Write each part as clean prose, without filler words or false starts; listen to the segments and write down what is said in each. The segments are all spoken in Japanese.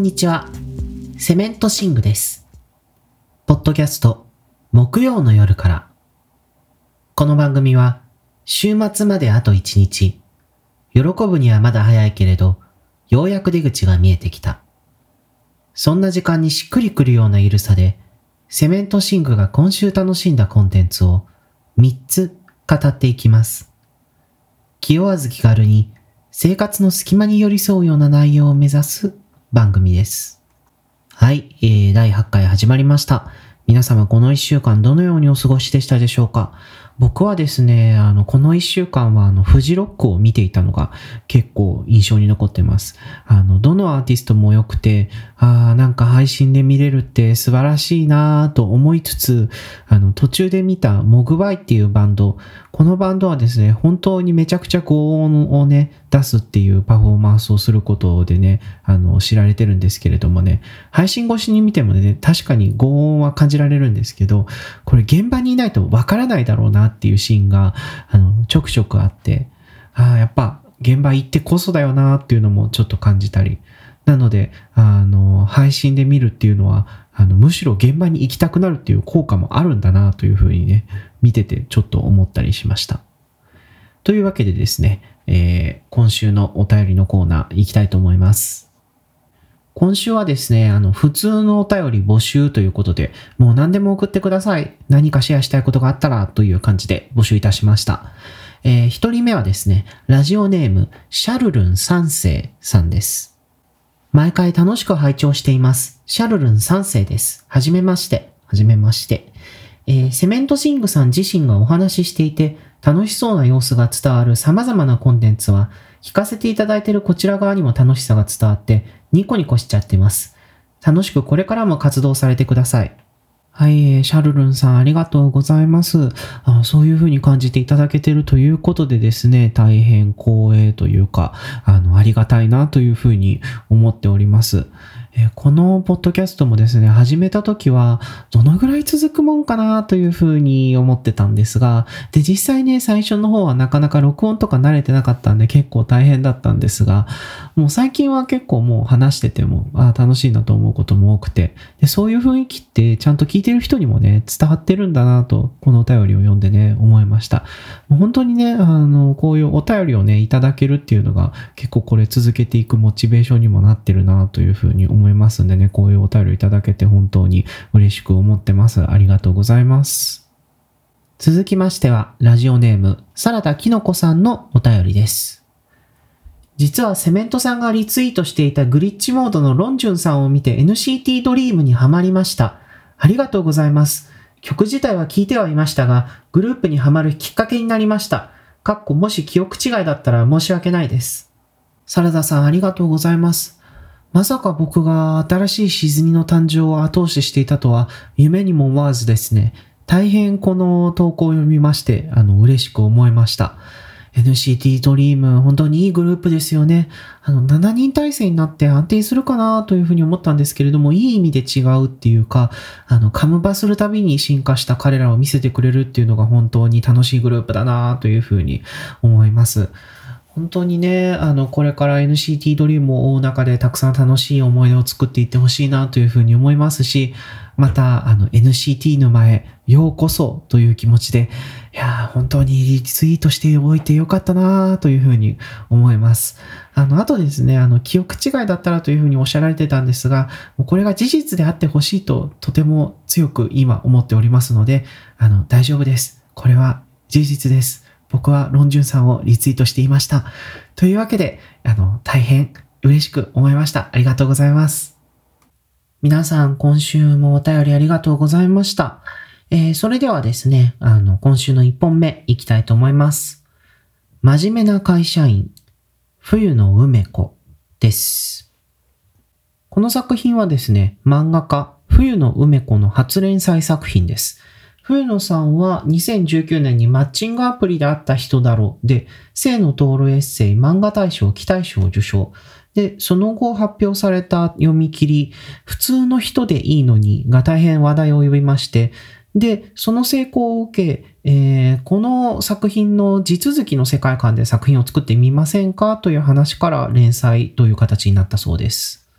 にちは。セメントシングです。ポッドキャスト木曜の夜から。この番組は週末まであと1日。喜ぶにはまだ早いけれど、ようやく出口が見えてきた。そんな時間にしっくりくるようなゆるさで、セメントシングが今週楽しんだコンテンツを3つ語っていきます。気負わず気軽に生活の隙間に寄り添うような内容を目指す番組です。はい、第8回始まりました。皆様この1週間どのようにお過ごしでしたでしょうか。僕はですね、この1週間はフジロックを見ていたのが結構印象に残ってます。どのアーティストも良くて、なんか配信で見れるって素晴らしいなと思いつつ、途中で見たモグバイっていうバンド、このバンドはですね、本当にめちゃくちゃ高音をね、出すっていうパフォーマンスをすることでね、知られてるんですけれどもね、配信越しに見てもね、確かに高音は感じられるんですけど、これ現場にいないとわからないだろうなっていうシーンが、ちょくちょくあって、やっぱ現場行ってこそだよなっていうのもちょっと感じたり、なので、配信で見るっていうのは、むしろ現場に行きたくなるっていう効果もあるんだなというふうにね、見ててちょっと思ったりしました。というわけでですね、今週のお便りのコーナー行きたいと思います。今週はですね、普通のお便り募集ということで、もう何でも送ってください。何かシェアしたいことがあったらという感じで募集いたしました。一人目はですね、ラジオネーム、シャルルン三世さんです。毎回楽しく拝聴しています。シャルルン三世です。はじめまして。はじめまして。セメントシングさん自身がお話ししていて、楽しそうな様子が伝わる様々なコンテンツは、聞かせていただいているこちら側にも楽しさが伝わって、ニコニコしちゃってます。楽しくこれからも活動されてください。はい、シャルルンさんありがとうございます。そういう風に感じていただけているということでですね、大変光栄というか、ありがたいなという風に思っております。このポッドキャストもですね、始めた時はどのぐらい続くもんかなというふうに思ってたんですが、で、実際ね、最初の方はなかなか録音とか慣れてなかったんで結構大変だったんですが、もう最近は結構もう話してても、楽しいなと思うことも多くて、で、そういう雰囲気ってちゃんと聞いてる人にもね、伝わってるんだなと、このお便りを読んでね、思いました。もう本当にね、こういうお便りをね、いただけるっていうのが結構これ続けていくモチベーションにもなってるなというふうに思いますんでね、こういうお便りをいただけて本当に嬉しく思ってます。ありがとうございます。続きましては、ラジオネーム、サラダキノコさんのお便りです。実はセメントさんがリツイートしていたグリッチモードのロンジュンさんを見て NCT ドリームにハマりました。ありがとうございます。曲自体は聴いてはいましたが、グループにハマるきっかけになりました。もし記憶違いだったら申し訳ないです。サラダさんありがとうございます。まさか僕が新しい沈みの誕生を後押ししていたとは夢にも思わずですね、大変この投稿を読みまして、嬉しく思いました。NCT ドリーム、本当にいいグループですよね。7人体制になって安定するかなというふうに思ったんですけれども、いい意味で違うっていうか、カムバするたびに進化した彼らを見せてくれるっていうのが本当に楽しいグループだなというふうに思います。本当にね、これから NCT ドリームを追う中でたくさん楽しい思い出を作っていってほしいなというふうに思いますし、また、NCT の前、ようこそという気持ちで、いやー、本当にリツイートしておいてよかったなというふうに思います。あとですね、記憶違いだったらというふうにおっしゃられてたんですが、これが事実であってほしいととても強く今思っておりますので、大丈夫です。これは事実です。僕はロンジュンさんをリツイートしていました。というわけで、大変嬉しく思いました。ありがとうございます。皆さん、今週もお便りありがとうございました。それではですね、今週の1本目いきたいと思います。真面目な会社員、冬の梅子です。この作品はですね、漫画家、冬の梅子の初連載作品です。冬野さんは2019年にマッチングアプリで会った人だろうで、清野徹エッセイ漫画大賞期待賞を受賞。で、その後発表された読み切り、普通の人でいいのにが大変話題を呼びまして、で、その成功を受け、この作品の地続きの世界観で作品を作ってみませんかという話から連載という形になったそうです。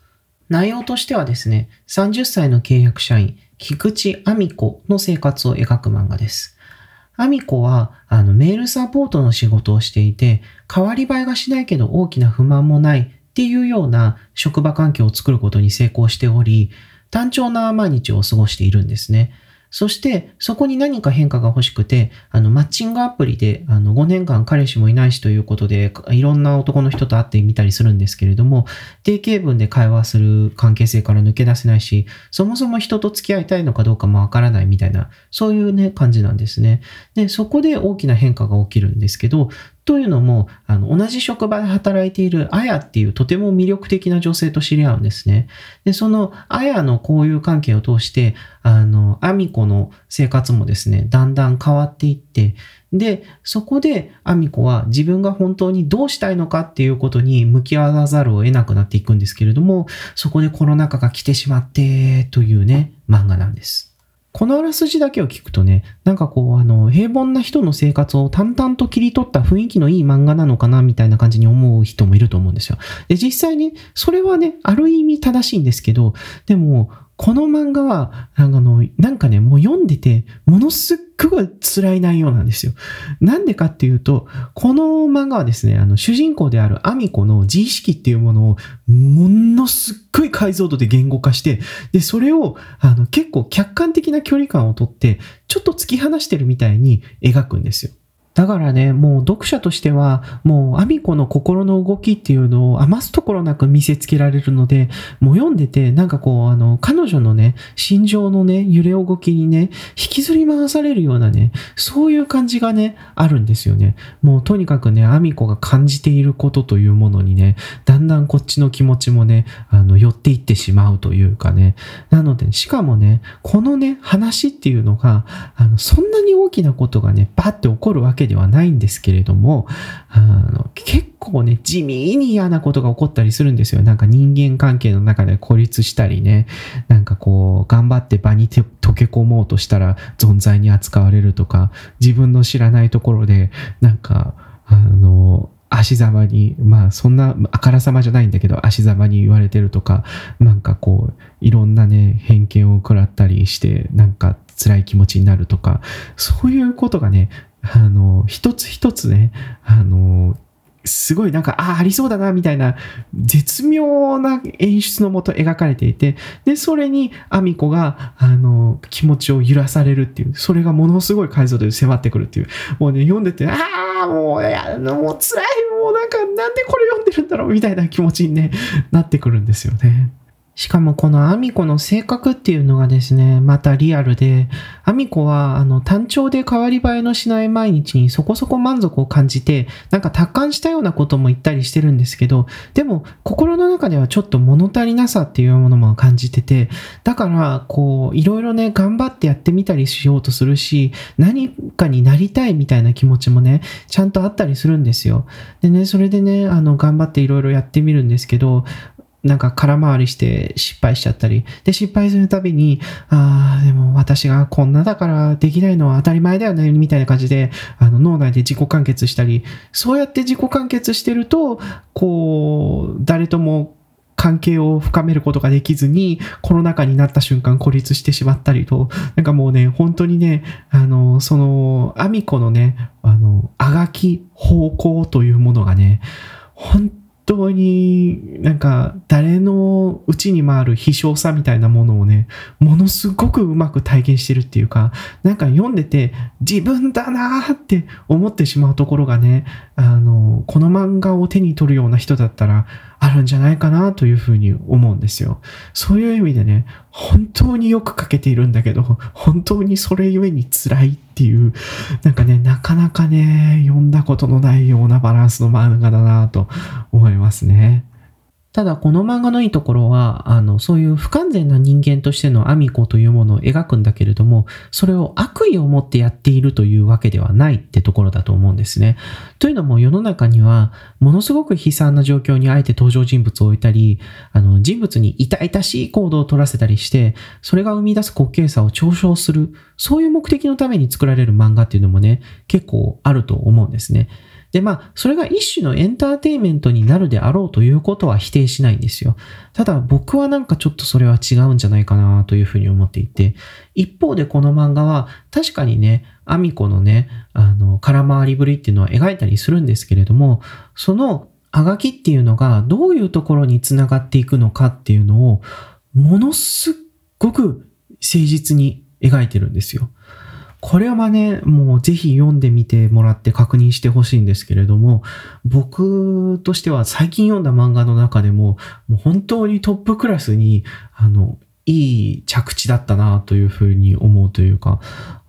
内容としてはですね、30歳の契約社員、菊池亜美子の生活を描く漫画です。亜美子はメールサポートの仕事をしていて、代わり映えがしないけど大きな不満もないっていうような職場環境を作ることに成功しており、単調な毎日を過ごしているんですね。そして、そこに何か変化が欲しくて、マッチングアプリで、5年間彼氏もいないしということで、いろんな男の人と会ってみたりするんですけれども、定型文で会話する関係性から抜け出せないし、そもそも人と付き合いたいのかどうかもわからないみたいな、そういうね、感じなんですね。で、そこで大きな変化が起きるんですけど、というのも、同じ職場で働いているあやっていうとても魅力的な女性と知り合うんですね。で、そのあやの交友関係を通して、アミコの生活もですね、だんだん変わっていって、で、そこでアミコは自分が本当にどうしたいのかっていうことに向き合わざるを得なくなっていくんですけれども、そこでコロナ禍が来てしまってというね、漫画なんです。このあらすじだけを聞くとね、なんかこう、平凡な人の生活を淡々と切り取った雰囲気のいい漫画なのかな、みたいな感じに思う人もいると思うんですよ。で、実際に、それはね、ある意味正しいんですけど、でも、この漫画は、なんかね、もう読んでて、ものすっごい辛い内容なんですよ。なんでかっていうと、この漫画はですね、主人公であるアミコの自意識っていうものを、ものすっごい解像度で言語化して、で、それを、結構客観的な距離感をとって、ちょっと突き放してるみたいに描くんですよ。だからね、もう読者としては、もうアミコの心の動きっていうのを余すところなく見せつけられるので、もう読んでて、なんかこう、彼女のね、心情のね、揺れ動きにね、引きずり回されるようなね、そういう感じがね、あるんですよね。もうとにかくね、アミコが感じていることというものにね、だんだんこっちの気持ちもね、寄っていってしまうというかね。なので、しかもね、このね、話っていうのが、そんなに大きなことがね、バッて起こるわけではないんですけれども、結構ね、地味に嫌なことが起こったりするんですよ。なんか人間関係の中で孤立したりね、なんかこう、頑張って場に溶け込もうとしたら存在に扱われるとか、自分の知らないところで、なんか、足ざまに、まあそんなあからさまじゃないんだけど、足ざまに言われてるとか、なんかこう、いろんなね、偏見を食らったりして、なんか辛い気持ちになるとか、そういうことがね、一つ一つね、すごいなんか、ありそうだな、みたいな、絶妙な演出のもと描かれていて、で、それに、アミコが、気持ちを揺らされるっていう、それがものすごい解像度で迫ってくるっていう、もうね、読んでて、もう辛い、もうなんか、なんでこれ読んでるんだろう、みたいな気持ちにね、なってくるんですよね。しかもこのアミコの性格っていうのがですね、またリアルで、アミコは単調で変わり映えのしない毎日にそこそこ満足を感じて、なんか達観したようなことも言ったりしてるんですけど、でも心の中ではちょっと物足りなさっていうものも感じてて、だからこういろいろね頑張ってやってみたりしようとするし、何かになりたいみたいな気持ちもね、ちゃんとあったりするんですよ。でね、それでね、頑張っていろいろやってみるんですけど、なんか空回りして失敗しちゃったり。で、失敗するたびに、でも私がこんなだからできないのは当たり前だよね、みたいな感じで、脳内で自己完結したり、そうやって自己完結してると、こう、誰とも関係を深めることができずに、コロナ禍になった瞬間孤立してしまったりと、なんかもうね、本当にね、その、アミコのね、あがき方向というものがね、本当になんか誰のうちにもある非少さみたいなものをね、ものすごくうまく体現してるっていうか、なんか読んでて自分だなーって思ってしまうところがね、この漫画を手に取るような人だったらあるんじゃないかなというふうに思うんですよ。そういう意味でね、本当によく書けているんだけど、本当にそれゆえに辛いっていう、なんかね、なかなかね、読んだことのないようなバランスの漫画だなと思いますね。ただこの漫画のいいところは、そういう不完全な人間としてのアミコというものを描くんだけれども、それを悪意を持ってやっているというわけではないってところだと思うんですね。というのも世の中には、ものすごく悲惨な状況にあえて登場人物を置いたり、人物に痛々しい行動を取らせたりして、それが生み出す滑稽さを嘲笑する、そういう目的のために作られる漫画っていうのもね、結構あると思うんですね。 で、それが一種のエンターテインメントになるであろうということは否定しないんですよ。ただ僕はなんかちょっとそれは違うんじゃないかなというふうに思っていて、一方でこの漫画は確かにね、アミコのね、空回りぶりっていうのは描いたりするんですけれども、そのあがきっていうのがどういうところにつながっていくのかっていうのを、ものすっごく誠実に描いてるんですよ。これはね、もうぜひ読んでみてもらって確認してほしいんですけれども、僕としては最近読んだ漫画の中でも、もう本当にトップクラスに、いい着地だったなというふうに思うというか、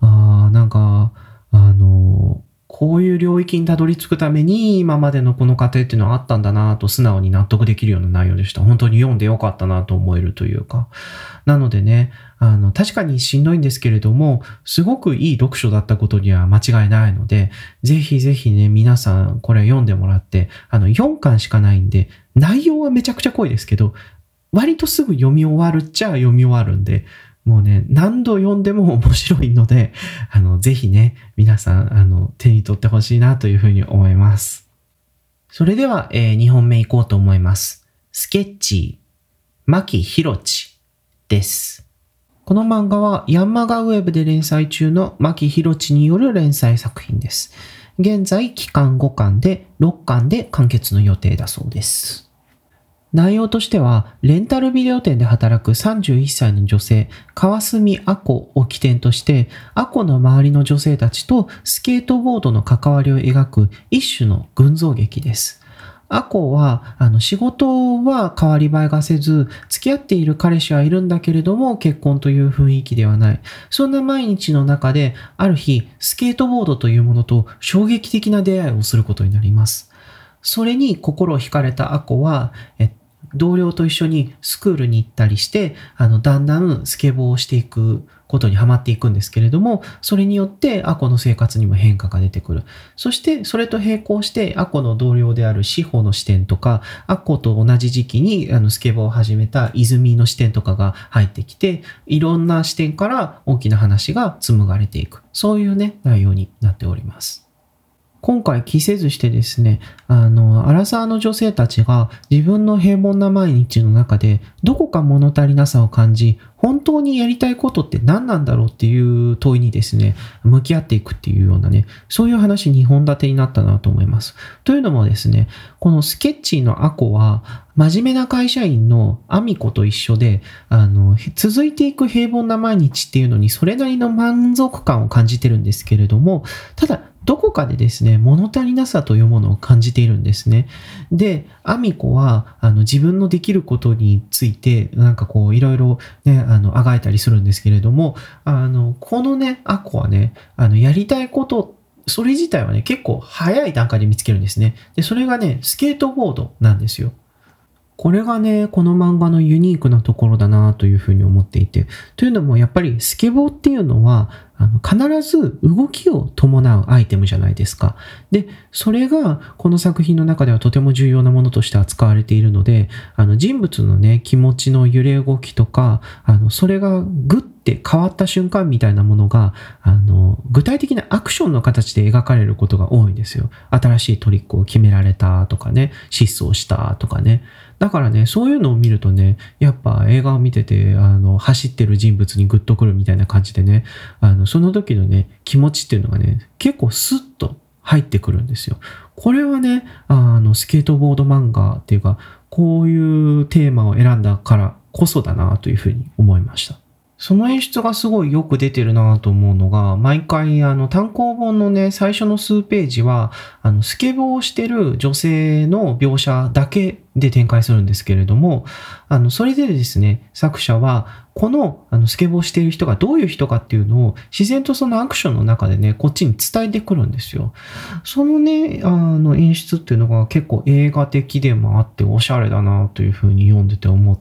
こういう領域にたどり着くために今までのこの過程っていうのはあったんだなと素直に納得できるような内容でした。本当に読んでよかったなと思えるというか。なのでね、確かにしんどいんですけれども、すごくいい読書だったことには間違いないので、ぜひぜひね、皆さんこれ読んでもらって、4巻しかないんで、内容はめちゃくちゃ濃いですけど、割とすぐ読み終わるっちゃ読み終わるんで、もうね、何度読んでも面白いので、ぜひね、皆さん、手に取ってほしいなというふうに思います。それでは、2本目いこうと思います。スケッチー、牧博地です。この漫画はヤンマガウェブで連載中の牧博地による連載作品です。現在、期間5巻で6巻で完結の予定だそうです。内容としては、レンタルビデオ店で働く31歳の女性、川澄アコを起点として、アコの周りの女性たちとスケートボードの関わりを描く一種の群像劇です。アコは、仕事は変わり映えがせず、付き合っている彼氏はいるんだけれども、結婚という雰囲気ではない。そんな毎日の中で、ある日、スケートボードというものと衝撃的な出会いをすることになります。それに心を惹かれたアコは、同僚と一緒にスクールに行ったりして、だんだんスケボーをしていくことにハマっていくんですけれども、それによってアコの生活にも変化が出てくる。そして、それと並行して、アコの同僚である志保の視点とか、アコと同じ時期にスケボーを始めた泉の視点とかが入ってきて、いろんな視点から大きな話が紡がれていく。そういうね、内容になっております。今回期せずしてですね、アラサーの女性たちが自分の平凡な毎日の中でどこか物足りなさを感じ、本当にやりたいことって何なんだろうっていう問いにですね、向き合っていくっていうようなね、そういう話2本立てになったなと思います。というのもですね、このスケッチーのアコは、真面目な会社員のアミコと一緒で、続いていく平凡な毎日っていうのにそれなりの満足感を感じてるんですけれども、ただ、どこかでですね、物足りなさというものを感じているんですね。で、アミコは、自分のできることについて、なんかこう、いろいろね、あがいたりするんですけれども、このね、アコはね、やりたいこと、それ自体はね、結構早い段階で見つけるんですね。で、それがね、スケートボードなんですよ。これがね、この漫画のユニークなところだなというふうに思っていて。というのも、やっぱりスケボーっていうのは、必ず動きを伴うアイテムじゃないですか。で、それがこの作品の中ではとても重要なものとして扱われているので、人物のね、気持ちの揺れ動きとか、それがグッて変わった瞬間みたいなものが、具体的なアクションの形で描かれることが多いんですよ。新しいトリックを決められたとかね、失踪したとかね。だからね、そういうのを見るとね、やっぱ映画を見てて、走ってる人物にグッとくるみたいな感じでね、その時のね、気持ちっていうのがね、結構スッと入ってくるんですよ。これはね、スケートボード漫画っていうか、こういうテーマを選んだからこそだなというふうに思いました。その演出がすごいよく出てるなと思うのが、毎回単行本のね、最初の数ページは、スケボーをしてる女性の描写だけで展開するんですけれども、それでですね、作者は、この、スケボーをしている人がどういう人かっていうのを、自然とそのアクションの中でね、こっちに伝えてくるんですよ。そのね、演出っていうのが結構映画的でもあって、おしゃれだなというふうに読んでて思って、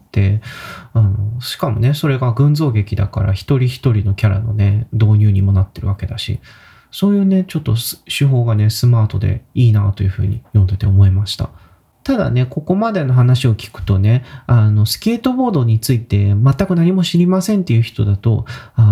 しかもね、それが群像劇だから、一人一人のキャラのね、導入にもなってるわけだし、そういうね、ちょっと手法がね、スマートでいいなというふうに読んでて思いました。ただね、ここまでの話を聞くとね、スケートボードについて全く何も知りませんっていう人だと、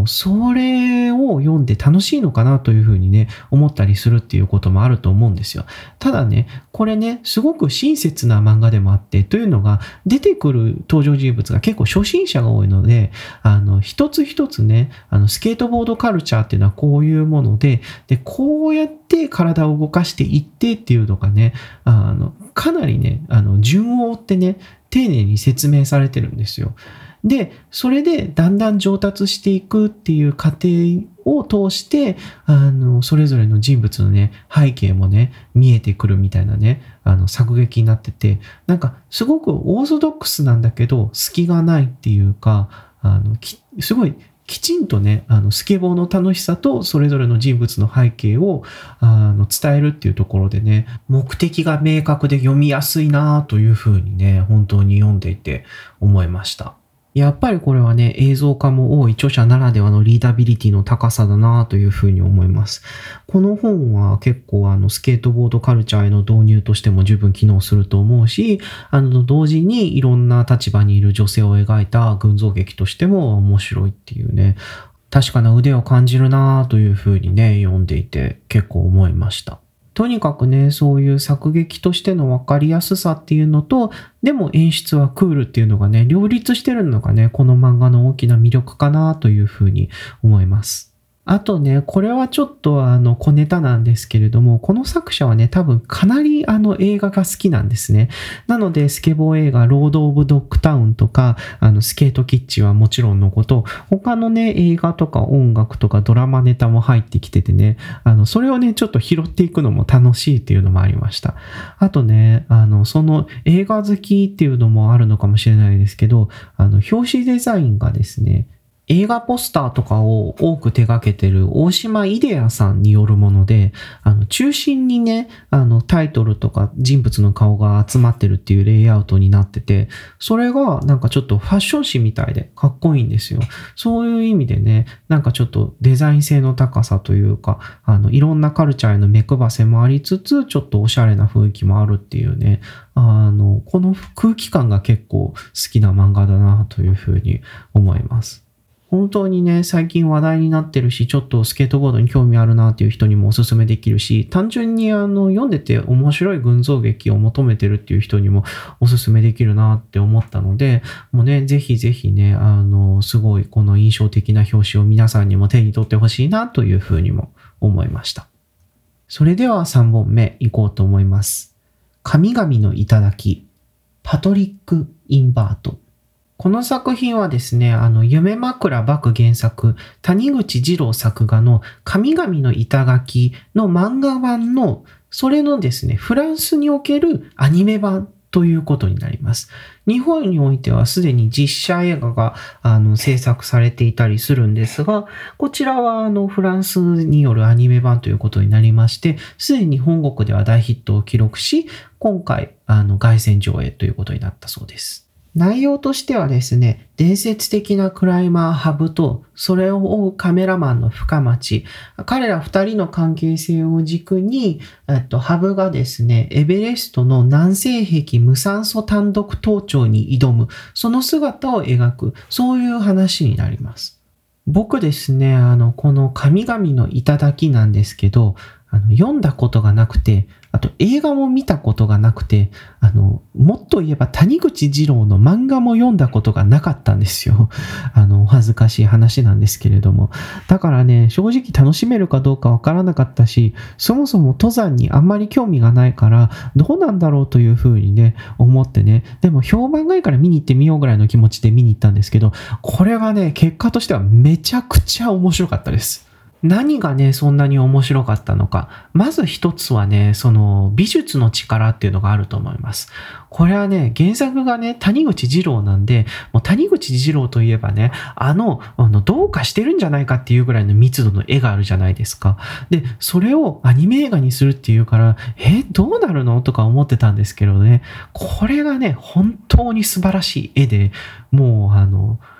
それを読んで楽しいのかなというふうにね、思ったりするっていうこともあると思うんですよ。ただね、これね、すごく親切な漫画でもあって、というのが、出てくる登場人物が結構初心者が多いので、一つ一つね、スケートボードカルチャーっていうのはこういうもので、こうやって体を動かしていってっていうのがね、かなりね、順を追ってね、丁寧に説明されてるんですよ。で、それでだんだん上達していくっていう過程を通して、それぞれの人物のね、背景もね、見えてくるみたいなね、作劇になってて、なんか、すごくオーソドックスなんだけど、隙がないっていうか、すごい、きちんとね、スケボーの楽しさとそれぞれの人物の背景を伝えるっていうところでね、目的が明確で読みやすいなというふうにね、本当に読んでいて思いました。やっぱりこれはね、映像化も多い著者ならではのリーダビリティの高さだなというふうに思います。この本は結構スケートボードカルチャーへの導入としても十分機能すると思うし、同時にいろんな立場にいる女性を描いた群像劇としても面白いっていうね、確かな腕を感じるなというふうにね、読んでいて結構思いました。とにかくね、そういう作劇としての分かりやすさっていうのと、でも演出はクールっていうのがね、両立してるのがね、この漫画の大きな魅力かなというふうに思います。あとね、これはちょっと小ネタなんですけれども、この作者はね、多分かなり映画が好きなんですね。なので、スケボー映画、ロード・オブ・ドッグタウンとか、スケートキッチンはもちろんのこと、他のね、映画とか音楽とかドラマネタも入ってきててね、それをね、ちょっと拾っていくのも楽しいっていうのもありました。あとね、その映画好きっていうのもあるのかもしれないですけど、表紙デザインがですね、映画ポスターとかを多く手掛けてる大島イデアさんによるもので、中心にね、タイトルとか人物の顔が集まってるっていうレイアウトになってて、それがなんかちょっとファッション誌みたいでかっこいいんですよ。そういう意味でね、なんかちょっとデザイン性の高さというか、いろんなカルチャーへの目配せもありつつ、ちょっとおしゃれな雰囲気もあるっていうね、この空気感が結構好きな漫画だなというふうに思います。本当にね、最近話題になってるし、ちょっとスケートボードに興味あるなっていう人にもおすすめできるし、単純に読んでて面白い群像劇を求めてるっていう人にもおすすめできるなって思ったので、もうね、ぜひぜひね、すごいこの印象的な表紙を皆さんにも手に取ってほしいなというふうにも思いました。それでは3本目いこうと思います。神々の頂、パトリック・インバート。この作品はですね、夢枕幕原作、谷口二郎作画の神々の頂の漫画版の、それのですね、フランスにおけるアニメ版ということになります。日本においてはすでに実写映画が制作されていたりするんですが、こちらはフランスによるアニメ版ということになりまして、すでに本国では大ヒットを記録し、今回凱旋上映ということになったそうです。内容としてはですね、伝説的なクライマーハブと、それを追うカメラマンの深町、彼ら二人の関係性を軸に、ハブがですね、エベレストの南西壁無酸素単独登頂に挑む、その姿を描く、そういう話になります。僕ですね、この神々の頂なんですけど、読んだことがなくて、あと映画も見たことがなくて、もっと言えば谷口二郎の漫画も読んだことがなかったんですよ。お恥ずかしい話なんですけれども。だからね、正直楽しめるかどうかわからなかったし、そもそも登山にあんまり興味がないから、どうなんだろうというふうにね、思ってね、でも評判がいいから見に行ってみようぐらいの気持ちで見に行ったんですけど、これがね、結果としてはめちゃくちゃ面白かったです。何がね、そんなに面白かったのか。まず一つはね、その美術の力っていうのがあると思います。これはね、原作がね、谷口二郎なんで、もう谷口二郎といえばね、どうかしてるんじゃないかっていうぐらいの密度の絵があるじゃないですか。で、それをアニメ映画にするっていうから、どうなるのとか思ってたんですけどね、これがね、本当に素晴らしい絵で、もう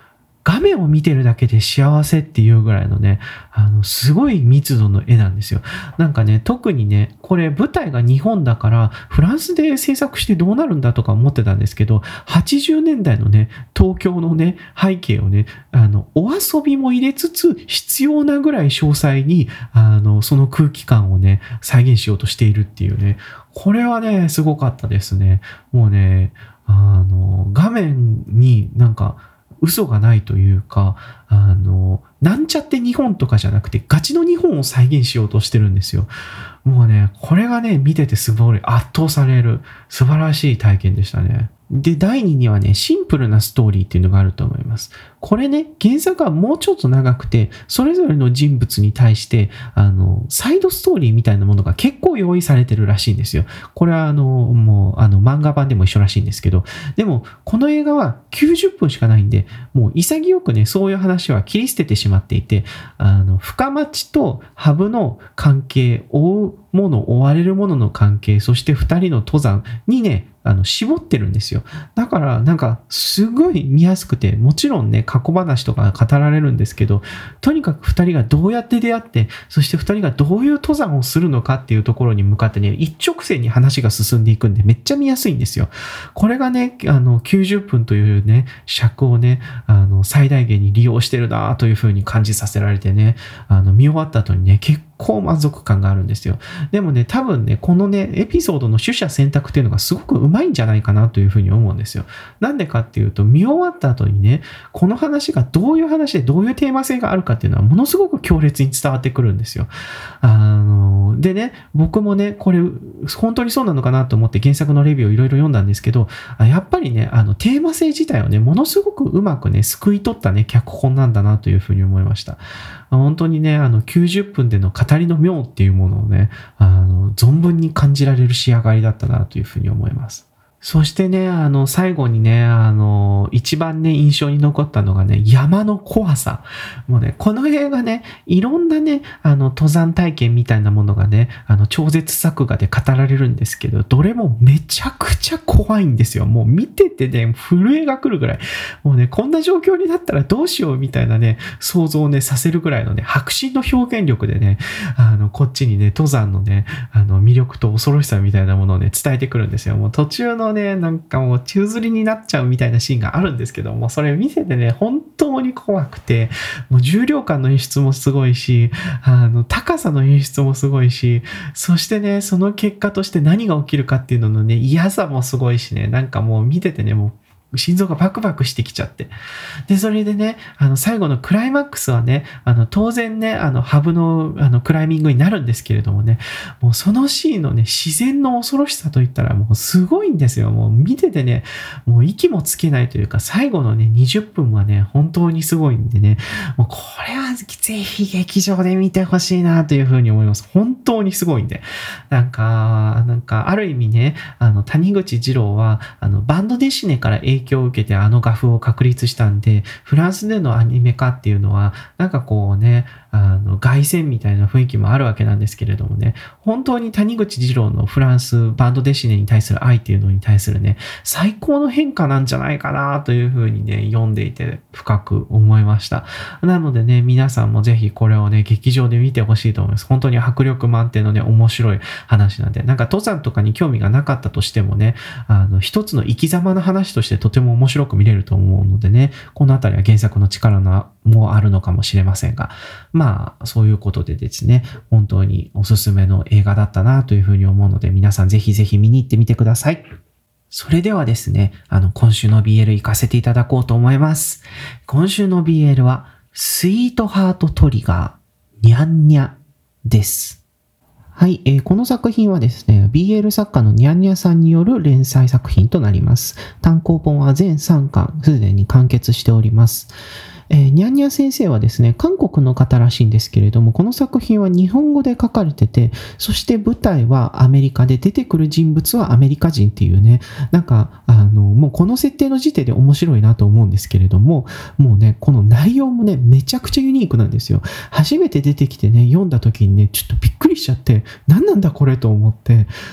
画面を見てるだけで幸せっていうぐらいのね、すごい密度の絵なんですよ。なんかね、特にね、これ舞台が日本だから、フランスで制作してどうなるんだとか思ってたんですけど、80年代のね、東京のね、背景をね、お遊びも入れつつ、必要なぐらい詳細に、その空気感をね、再現しようとしているっていうね、これはね、すごかったですね。もうね、画面になんか嘘がないというか、なんちゃって日本とかじゃなくてガチの日本を再現しようとしてるんですよ。もうね、これがね、見ててすごい圧倒される素晴らしい体験でしたね。で、第2にはね、シンプルなストーリーっていうのがあると思います。これね、原作はもうちょっと長くて、それぞれの人物に対して、サイドストーリーみたいなものが結構用意されてるらしいんですよ。これはもう、漫画版でも一緒らしいんですけど、でも、この映画は90分しかないんで、もう潔くね、そういう話は切り捨ててしまっていて、深町と羽生の関係、追うもの、追われるものの関係、そして二人の登山にね、絞ってるんですよ。だから、なんか、すごい見やすくて、もちろんね、過去話とか語られるんですけど、とにかく二人がどうやって出会って、そして二人がどういう登山をするのかっていうところに向かってね、一直線に話が進んでいくんで、めっちゃ見やすいんですよ。これがね、90分というね、尺をね、最大限に利用してるなというふうに感じさせられてね、見終わった後にね、結構満足感があるんですよ。でもね、多分ね、このね、エピソードの取捨選択っていうのがすごくうまいんじゃないかなというふうに思うんですよ。なんでかっていうと、見終わった後にね、この話がどういう話でどういうテーマ性があるかっていうのはものすごく強烈に伝わってくるんですよ。でね、僕もね、これ、本当にそうなのかなと思って原作のレビューをいろいろ読んだんですけど、やっぱりね、テーマ性自体をね、ものすごくうまくね、救い取ったね、脚本なんだなというふうに思いました。本当にね、90分での語りの妙っていうものをね、存分に感じられる仕上がりだったなというふうに思います。そしてね、最後にね、一番ね、印象に残ったのがね、山の怖さ。もうね、この映画ね、いろんなね、登山体験みたいなものがね、超絶作画で語られるんですけど、どれもめちゃくちゃ怖いんですよ。もう見ててね、震えが来るぐらい。もうね、こんな状況になったらどうしようみたいなね、想像をね、させるぐらいのね、迫真の表現力でね、こっちにね、登山のね、魅力と恐ろしさみたいなものをね、伝えてくるんですよ。もう途中のね、なんかもう宙吊りになっちゃうみたいなシーンがあるんですけども、それ見ててね、本当に怖くて、もう重量感の演出もすごいし、高さの演出もすごいし、そしてね、その結果として何が起きるかっていうののね、嫌さもすごいしね、なんかもう見ててね、もう心臓がバクバクしてきちゃって。で、それでね、最後のクライマックスはね、当然ね、ハブの、クライミングになるんですけれどもね、もうそのシーンのね、自然の恐ろしさといったらもうすごいんですよ。もう見ててね、もう息もつけないというか、最後のね、20分はね、本当にすごいんでね、もうこれはぜひ劇場で見てほしいなというふうに思います。本当にすごいんで。なんか、ある意味ね、谷口二郎は、バンドデシネから影響を受けて画風を確立したんで、フランスでのアニメ化っていうのは、なんかこうね、凱旋みたいな雰囲気もあるわけなんですけれどもね、本当に谷口二郎のフランスバンドデシネに対する愛っていうのに対するね、最高の変化なんじゃないかなというふうにね、読んでいて深く思いました。なのでね、皆さんもぜひこれをね、劇場で見てほしいと思います。本当に迫力満点のね、面白い話なんで、なんか登山とかに興味がなかったとしてもね、一つの生き様の話としてとても面白く見れると思うのでね、このあたりは原作の力もあるのかもしれませんが、まあ、そういうことでですね、本当におすすめの映画だったなというふうに思うので、皆さんぜひぜひ見に行ってみてください。それではですね、今週の BL 行かせていただこうと思います。今週の BL は、スイートハートトリガー、にゃんにゃです。はい、この作品はですね、BL 作家のニャンニャさんによる連載作品となります。単行本は全3巻、すでに完結しております。ニャンニャ先生はですね、韓国の方らしいんですけれども、この作品は日本語で書かれてて、そして舞台はアメリカで、出てくる人物はアメリカ人っていうね、なんか、もうこの設定の時点で面白いなと思うんですけれども、もうね、この内容もね、めちゃくちゃユニークなんですよ。初めて出てきてね、読んだ時にね、ちょっとびっくりしちゃって、何なんだこれと思って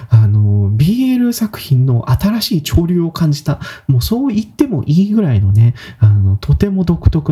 、BL 作品の新しい潮流を感じた。もうそう言ってもいいぐらいのね、とても独特な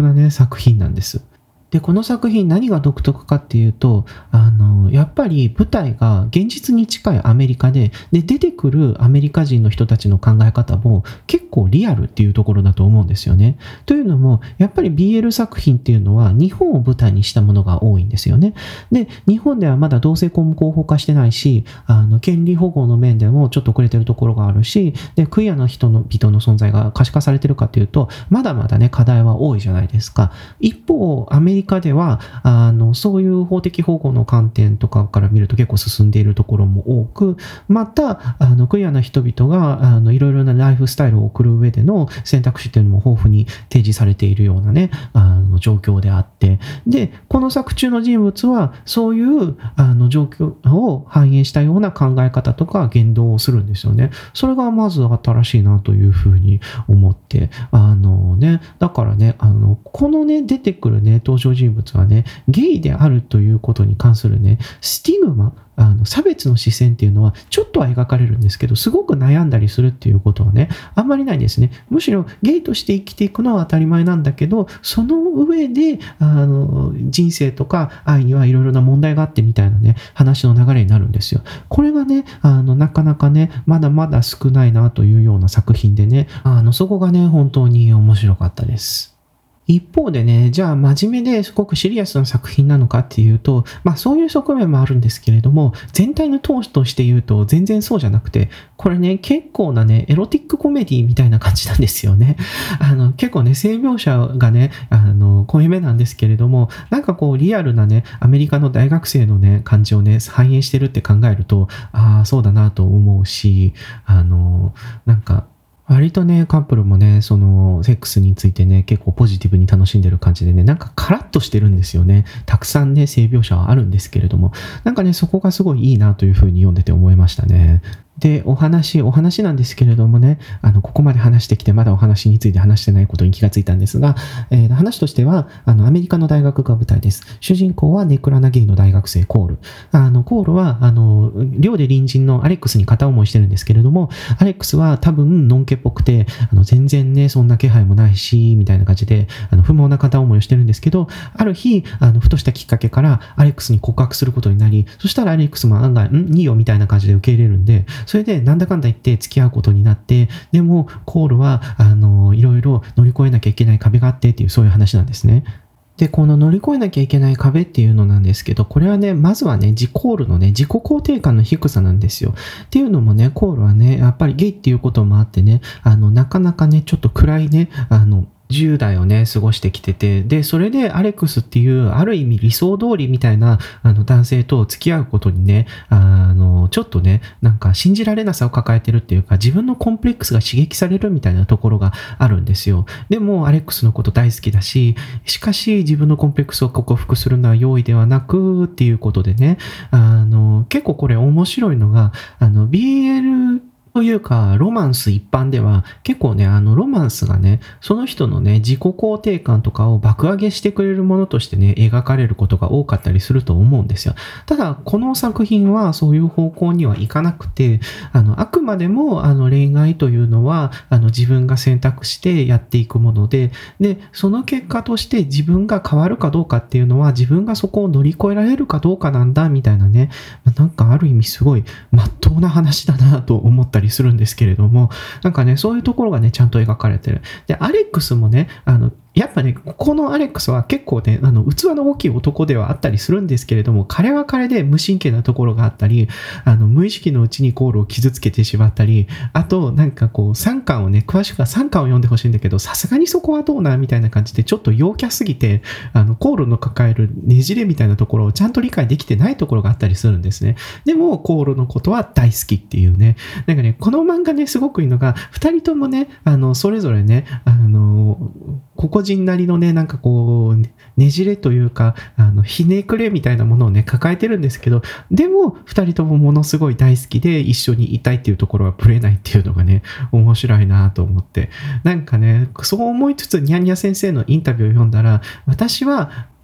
なね、作品なんです。で、この作品何が独特かっていうと、やっぱり舞台が現実に近いアメリカで、出てくるアメリカ人の人たちの考え方も結構リアルっていうところだと思うんですよね。というのも、やっぱり BL 作品っていうのは日本を舞台にしたものが多いんですよね。で、日本ではまだ同性婚も合法化してないし、権利保護の面でもちょっと遅れてるところがあるし、で、クイアな人の存在が可視化されてるかっていうと、まだまだね、課題は多いじゃないですか。一方、アメリカでは、そういう法的保護の観点とかから見ると結構進んでいるところも多く、また、クイアな人々が、いろいろなライフスタイルを送る上での選択肢っていうのも豊富に提示されているようなね、状況であって、で、この作中の人物は、そういう、状況を反映したような考え方とか言動をするんですよね。それがまず新しいなというふうに思って、だからね、このね、出てくるね、登場人物はね、ゲイであるということに関するね、スティグマ、差別の視線っていうのはちょっとは描かれるんですけど、すごく悩んだりするっていうことはね、あんまりないですね。むしろゲイとして生きていくのは当たり前なんだけど、その上で、人生とか愛にはいろいろな問題があってみたいなね、話の流れになるんですよ。これがね、なかなかね、まだまだ少ないなというような作品でね、そこがね、本当に面白かったです。一方でね、じゃあ真面目ですごくシリアスな作品なのかっていうと、そういう側面もあるんですけれども、全体の通しとして言うと全然そうじゃなくて、これね、結構なね、エロティックコメディみたいな感じなんですよね。結構ね、性描写がね、濃いめなんですけれども、なんかこうリアルなね、アメリカの大学生のね、感じをね、反映してるって考えると、そうだなと思うし、なんか、割とね、カップルもね、その、セックスについてね、結構ポジティブに楽しんでる感じでね、なんかカラッとしてるんですよね。たくさんね、性描写はあるんですけれども、なんかね、そこがすごいいいなというふうに読んでて思いましたね。で、お話なんですけれどもね、ここまで話してきて、まだお話について話してないことに気がついたんですが、話としては、アメリカの大学が舞台です。主人公はネクラなゲイの大学生、コール。コールは、寮で隣人のアレックスに片思いしてるんですけれども、アレックスは多分、のんけっぽくて、全然ね、そんな気配もないし、みたいな感じで、不毛な片思いをしてるんですけど、ある日、ふとしたきっかけから、アレックスに告白することになり、そしたらアレックスも案外、いいよ、みたいな感じで受け入れるんで、それでなんだかんだ言って付き合うことになって、でもコールはいろいろ乗り越えなきゃいけない壁があってっていうそういう話なんですね。で、この乗り越えなきゃいけない壁っていうのなんですけど、これはね、まずはね、コールのね、自己肯定感の低さなんですよ。っていうのもね、コールはね、やっぱりゲイっていうこともあってね、なかなかね、ちょっと暗いね、10代をね、過ごしてきてて、で、それでアレックスっていう、ある意味理想通りみたいな、男性と付き合うことにね、ちょっとね、なんか信じられなさを抱えてるっていうか、自分のコンプレックスが刺激されるみたいなところがあるんですよ。でも、アレックスのこと大好きだし、しかし自分のコンプレックスを克服するのは容易ではなく、っていうことでね、結構これ面白いのが、BL というか、ロマンス一般では、結構ね、ロマンスがね、その人のね、自己肯定感とかを爆上げしてくれるものとしてね、描かれることが多かったりすると思うんですよ。ただ、この作品はそういう方向にはいかなくて、あくまでも、恋愛というのは、自分が選択してやっていくもので、で、その結果として自分が変わるかどうかっていうのは、自分がそこを乗り越えられるかどうかなんだ、みたいなね、なんかある意味すごい、真っ当な話だなと思ったりするんですけれども、なんかね、そういうところがね、ちゃんと描かれてる。で、アレックスもね、やっぱね、このアレックスは結構ね、器の大きい男ではあったりするんですけれども、彼は彼で無神経なところがあったり、無意識のうちにコールを傷つけてしまったり、あと、なんかこう、3巻をね、詳しくは3巻を読んでほしいんだけど、さすがにそこはどうなみたいな感じで、ちょっと陽キャすぎて、コールの抱えるねじれみたいなところをちゃんと理解できてないところがあったりするんですね。でも、コールのことは大好きっていうね、なんかね、この漫画ね、すごくいいのが、2人ともね、それぞれね、個々人なりのね、なんかこう、ねじれというか、ひねくれみたいなものをね、抱えてるんですけど、でも、二人ともものすごい大好きで、一緒にいたいっていうところはぶれないっていうのがね、面白いなと思って。なんかね、そう思いつつ、ニャンニャ先生のインタビューを読んだら、私は、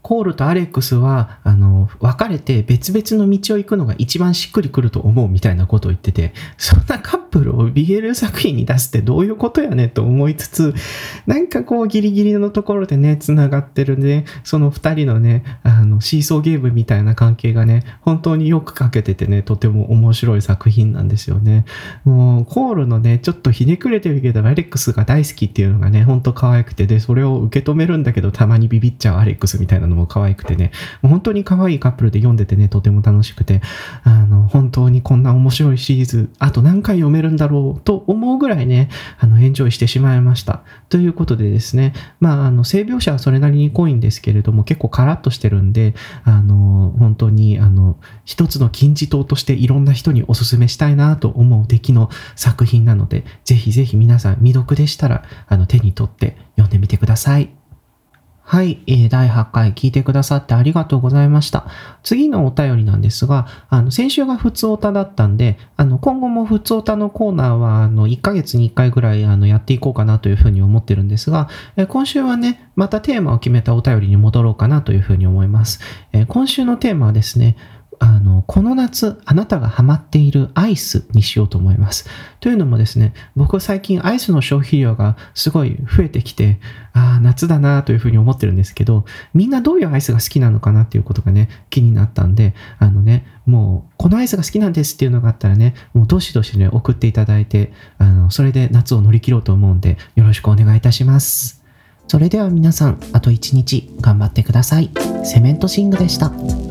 コールとアレックスは分かれて別々の道を行くのが一番しっくりくると思うみたいなことを言ってて、そんなカップルを BL 作品に出すってどういうことやねと思いつつ、なんかこうギリギリのところでね繋がってるね、その2人のねシーソーゲームみたいな関係がね本当によく描けててね、とても面白い作品なんですよね。もうコールのねちょっとひねくれてるけどアレックスが大好きっていうのがね本当可愛くて、でそれを受け止めるんだけどたまにビビっちゃうアレックスみたいなのも可愛くてね、もう本当に可愛いカップルで読んでてねとても楽しくて、本当にこんな面白いシリーズあと何回読めるんだろうと思うぐらいねエンジョイしてしまいました。ということでですね、性描写はそれなりに濃いんですけれども結構カラッとしてるんで、本当に一つの金字塔としていろんな人におすすめしたいなと思う出来の作品なので、ぜひぜひ皆さん未読でしたら手に取って読んでみてください。はい、第8回聞いてくださってありがとうございました。次のお便りなんですが、先週がふつおただったんで、今後もふつおたのコーナーは1ヶ月に1回ぐらいやっていこうかなというふうに思ってるんですが、今週はね、またテーマを決めたお便りに戻ろうかなというふうに思います。今週のテーマはですね、この夏あなたがハマっているアイスにしようと思います。というのもですね、僕最近アイスの消費量がすごい増えてきて、夏だなというふうに思ってるんですけど、みんなどういうアイスが好きなのかなっていうことがね気になったんで、もうこのアイスが好きなんですっていうのがあったらね、もうどしどしね送っていただいて、それで夏を乗り切ろうと思うんでよろしくお願いいたします。それでは皆さん、あと1日頑張ってください。セメントシングでした。